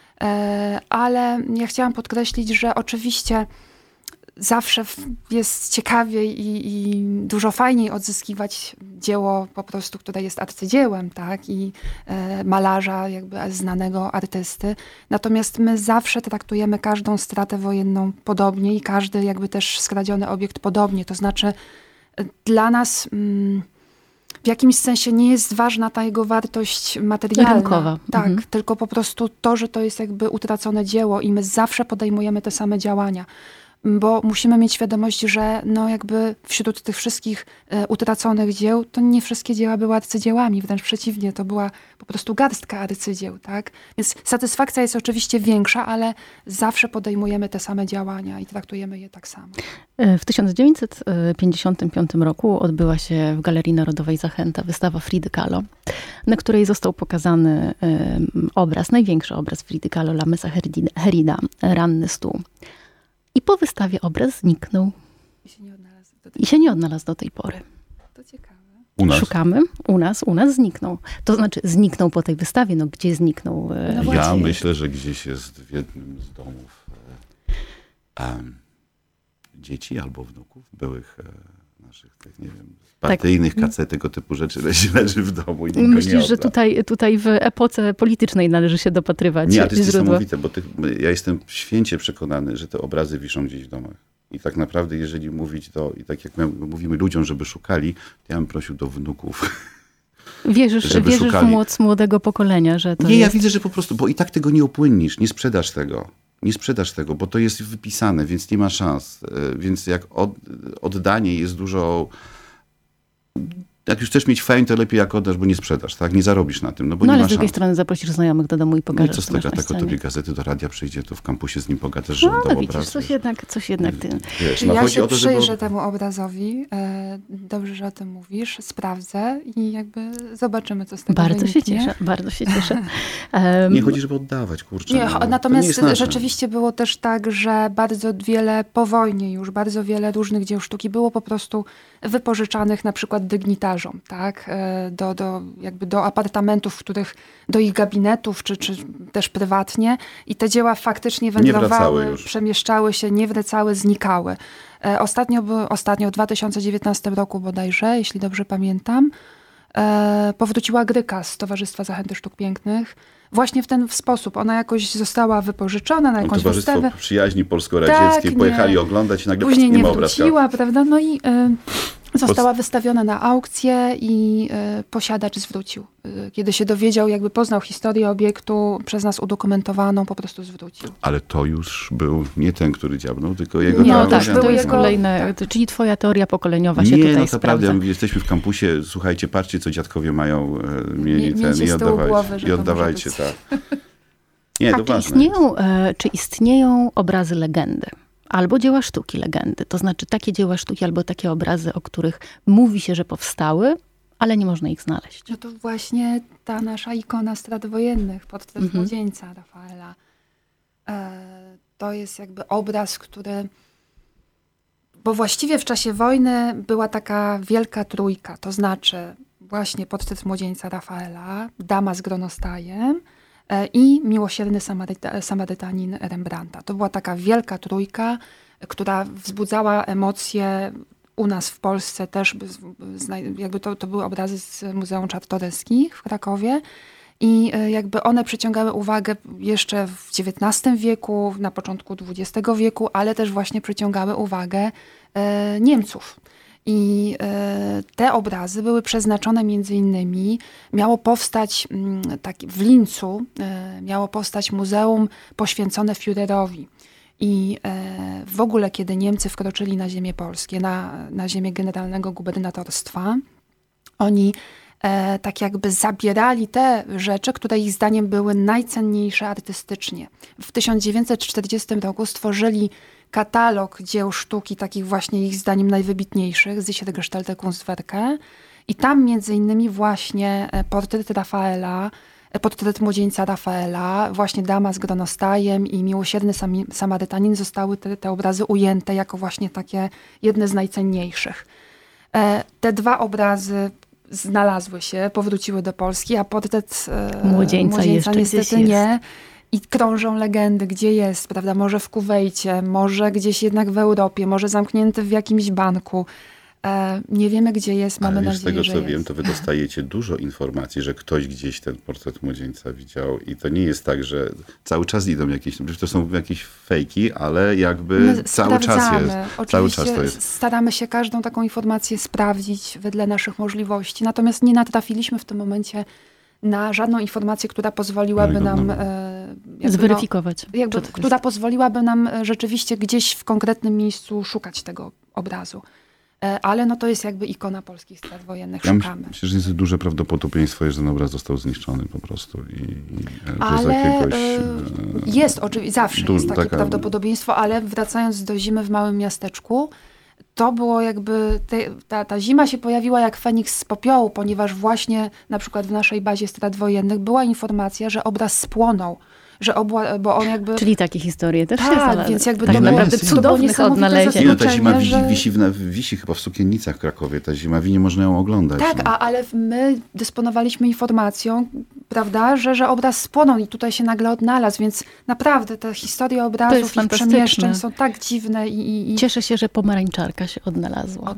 Ale ja chciałam podkreślić, że oczywiście zawsze jest ciekawiej i dużo fajniej odzyskiwać dzieło po prostu, które jest arcydziełem, tak? I malarza, jakby znanego artysty. Natomiast my zawsze traktujemy każdą stratę wojenną podobnie i każdy jakby też skradziony obiekt podobnie. To znaczy dla nas w jakimś sensie nie jest ważna ta jego wartość materialna. Rynkowa. Tak, tylko po prostu to, że to jest jakby utracone dzieło i my zawsze podejmujemy te same działania. Bo musimy mieć świadomość, że no jakby wśród tych wszystkich utraconych dzieł, to nie wszystkie dzieła były arcydziełami, wręcz przeciwnie, to była po prostu garstka arcydzieł, tak? Więc satysfakcja jest oczywiście większa, ale zawsze podejmujemy te same działania i traktujemy je tak samo. W 1955 roku odbyła się w Galerii Narodowej Zachęta wystawa Fridy Kahlo, na której został pokazany obraz, największy obraz Fridy Kahlo, La Messa Herida, Ranny stół. I po wystawie obraz zniknął. I się nie odnalazł do tej pory. To ciekawe. U nas? Szukamy. U nas zniknął. To znaczy zniknął po tej wystawie. No gdzie zniknął? No ja myślę, że gdzieś jest w jednym z domów dzieci albo wnuków byłych naszych, tych, nie wiem, partyjnych KC, tego typu rzeczy leży w domu i nikt Myślisz, go nie że tutaj w epoce politycznej należy się dopatrywać Nie, ale to jest źródła. niesamowite, bo ja jestem święcie przekonany, że te obrazy wiszą gdzieś w domach. I tak naprawdę, jeżeli mówić i tak jak my mówimy ludziom, żeby szukali, to ja bym prosił do wnuków. Wierzysz w moc młodego pokolenia, że to Nie, ja widzę, że po prostu, bo i tak tego nie opłynnisz, nie sprzedasz tego. Nie sprzedasz tego, bo to jest wypisane, więc nie ma szans. Więc jak oddanie jest dużo... Jak już chcesz mieć fame, to lepiej jak oddasz, bo nie sprzedasz, tak? Nie zarobisz na tym, no bo nie ma szans. Ale z drugiej strony zaprosisz znajomych do domu i pokażesz. No i co z tego, tak tobie gazety do radia przyjdzie, to w kampusie z nim pogadasz, że ale widzisz, coś jednak ty... Wiesz, no ja się przyjrzę temu obrazowi, dobrze, że o tym mówisz, sprawdzę i jakby zobaczymy, co z tego wyniknie. Bardzo się cieszę. Nie chodzi, żeby oddawać, kurczę. Nie, natomiast rzeczywiście było też tak, że bardzo wiele po wojnie już, bardzo wiele różnych dzieł sztuki było po prostu wypożyczanych na przykład dygnitarzom, tak? Do apartamentów, w których, do ich gabinetów, czy też prywatnie. I te dzieła faktycznie wędrowały, przemieszczały się, nie wracały, znikały. Ostatnio w 2019 roku bodajże, jeśli dobrze pamiętam, powróciła Gryka z Towarzystwa Zachęty Sztuk Pięknych. Właśnie w ten sposób. Ona jakoś została wypożyczona na jakąś Towarzystwo wystawę. Przyjaźni Polsko-Radzieckiej. Tak, pojechali oglądać i nagle później nie obraz. wróciła, prawda? No i została wystawiona na aukcję i posiadacz zwrócił. Kiedy się dowiedział, jakby poznał historię obiektu, przez nas udokumentowaną, po prostu zwrócił. Ale to już był nie ten, który dziabnął, tylko jego... To jest kolejne, czyli twoja teoria pokoleniowa się tutaj to sprawdza. prawda, jesteśmy w kampusie, słuchajcie, patrzcie, co dziadkowie mieli Miejcie ten z tyłu głowy, że i oddawajcie, tak. Nie, A to ważne. czy istnieją obrazy legendy? Albo dzieła sztuki legendy. To znaczy takie dzieła sztuki albo takie obrazy, o których mówi się, że powstały, ale nie można ich znaleźć. No to właśnie ta nasza ikona strat wojennych, portret młodzieńca Rafaela. To jest jakby obraz, który... Bo właściwie w czasie wojny była taka wielka trójka, to znaczy właśnie portret młodzieńca Rafaela, Dama z gronostajem i Miłosierny Samarytanin Rembrandta. To była taka wielka trójka, która wzbudzała emocje u nas w Polsce też. Jakby to były obrazy z Muzeum Czartoryskich w Krakowie. I jakby one przyciągały uwagę jeszcze w XIX wieku, na początku XX wieku, ale też właśnie przyciągały uwagę Niemców. I te obrazy były przeznaczone między innymi, miało powstać w Lincu, miało powstać muzeum poświęcone Führerowi. I w ogóle, kiedy Niemcy wkroczyli na ziemię polskie, na ziemię generalnego gubernatorstwa, oni tak jakby zabierali te rzeczy, które ich zdaniem były najcenniejsze artystycznie. W 1940 roku stworzyli katalog dzieł sztuki, takich właśnie ich zdaniem najwybitniejszych, Sichergestellte Kunstwerke. I tam między innymi właśnie portret młodzieńca Rafaela, właśnie Dama z gronostajem i Miłosierny Samarytanin zostały te obrazy ujęte jako właśnie takie jedne z najcenniejszych. Te dwa obrazy znalazły się, powróciły do Polski, a portret młodzieńca niestety nie. I krążą legendy, gdzie jest, prawda? Może w Kuwejcie, może gdzieś jednak w Europie, może zamknięty w jakimś banku. Nie wiemy, gdzie jest, mamy nadzieję, z tego, że co jest. wiem, to wy dostajecie dużo informacji, że ktoś gdzieś ten portret młodzieńca widział i to nie jest tak, że cały czas idą jakieś, to są jakieś fejki, ale jakby My cały czas jest. Oczywiście Cały czas to jest. staramy się każdą taką informację sprawdzić wedle naszych możliwości, natomiast nie natrafiliśmy w tym momencie na żadną informację, która pozwoliłaby nam zweryfikować. Która pozwoliłaby nam rzeczywiście gdzieś w konkretnym miejscu szukać tego obrazu. Ale no to jest jakby ikona polskich strat wojennych. Szukamy. Myślę, że jest duże prawdopodobieństwo, że ten obraz został zniszczony po prostu. Ale jest oczywiście, zawsze jest takie prawdopodobieństwo, ale wracając do zimy w małym miasteczku, to było jakby, ta zima się pojawiła jak Feniks z popiołu, ponieważ właśnie na przykład w naszej bazie strat wojennych była informacja, że obraz spłonął. Bo on jakby... Czyli takie historie też się znalazły. Więc jakby tak naprawdę cudownych odnalezień. Ta zima wisi chyba w Sukiennicach w Krakowie. Ta zima nie można ją oglądać. Tak, ale my dysponowaliśmy informacją, prawda, że obraz spłonął i tutaj się nagle odnalazł, więc naprawdę te historie obrazów i przemieszczeń są tak dziwne. Cieszę się, że pomarańczarka się odnalazła.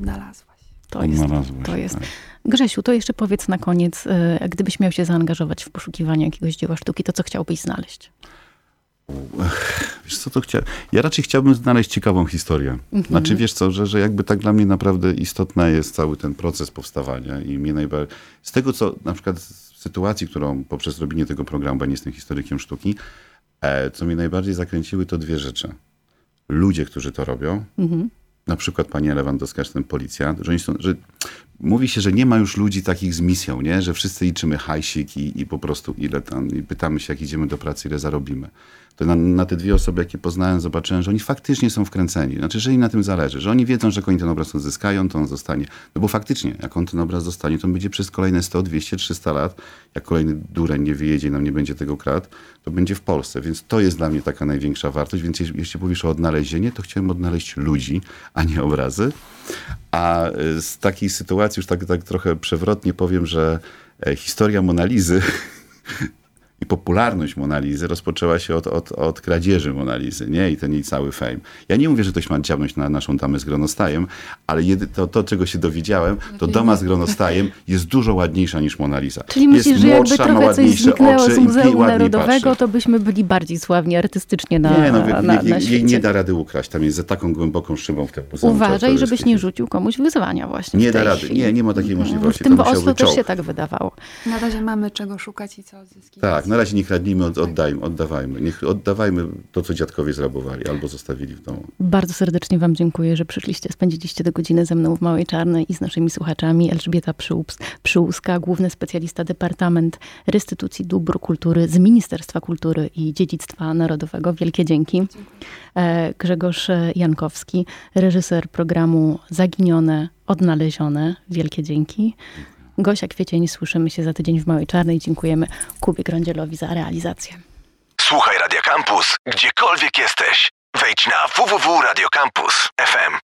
To jest. Grzesiu, to jeszcze powiedz na koniec, gdybyś miał się zaangażować w poszukiwanie jakiegoś dzieła sztuki, to co chciałbyś znaleźć? Wiesz co, ja raczej chciałbym znaleźć ciekawą historię. Znaczy, wiesz co, że jakby tak dla mnie naprawdę istotny jest cały ten proces powstawania i mnie najbardziej... Z tego, co na przykład z sytuacji, którą poprzez robienie tego programu, bo nie jestem historykiem sztuki, co mnie najbardziej zakręciły, to dwie rzeczy. Ludzie, którzy to robią, na przykład pani Lewandowska, czy ten policjant, że mówi się, że nie ma już ludzi takich z misją, nie? Że wszyscy liczymy hajsik i po prostu ile tam, i pytamy się, jak idziemy do pracy, ile zarobimy. To na te dwie osoby, jakie poznałem, zobaczyłem, że oni faktycznie są wkręceni. Znaczy, że im na tym zależy, że oni wiedzą, że jak oni ten obraz odzyskają, to on zostanie. No bo faktycznie, jak on ten obraz zostanie, to on będzie przez kolejne 100, 200, 300 lat, jak kolejny dureń nie wyjedzie i nam nie będzie tego kradł, to będzie w Polsce. Więc to jest dla mnie taka największa wartość. Więc jeśli mówisz o odnalezienie, to chciałem odnaleźć ludzi, a nie obrazy. A z takiej sytuacji, już tak trochę przewrotnie powiem, że historia Monalizy i popularność Monalizy rozpoczęła się od kradzieży Monalizy, nie? I ten jej cały fame. Ja nie mówię, że ktoś ma dziabnąć na naszą damę z gronostajem, ale to czego się dowiedziałem, to dama z gronostajem jest dużo ładniejsza niż Monaliza. Czyli myślisz, że jakby trochę coś zniknęło z Muzeum Narodowego, patrzy. to byśmy byli bardziej sławni artystycznie na świecie. Jej nie da rady ukraść. Tam jest za taką głęboką szybą w tym muzeum. Uważaj, żebyś nie rzucił komuś wyzwania właśnie. Nie da rady. Nie ma takiej możliwości. W tym Oslo też się tak wydawało. Na razie mamy czego szukać i co odzyskiwać. Tak, na razie nie kradnijmy, oddawajmy. Oddawajmy to, co dziadkowie zrabowali albo zostawili w domu. Bardzo serdecznie wam dziękuję, że przyszliście, spędziliście tę godzinę ze mną w Małej Czarnej i z naszymi słuchaczami. Elżbieta Przyłuska, główny specjalista Departament Restytucji Dóbr Kultury z Ministerstwa Kultury i Dziedzictwa Narodowego. Wielkie dzięki. Grzegorz Jankowski, reżyser programu Zaginione, Odnalezione. Wielkie dzięki. Gosia Kwiecień, słyszymy się za tydzień w Małej Czarnej. Dziękujemy Kubie Grądziellowi za realizację. Słuchaj Radia Campus, gdziekolwiek jesteś. Wejdź na www.radiocampus.fm.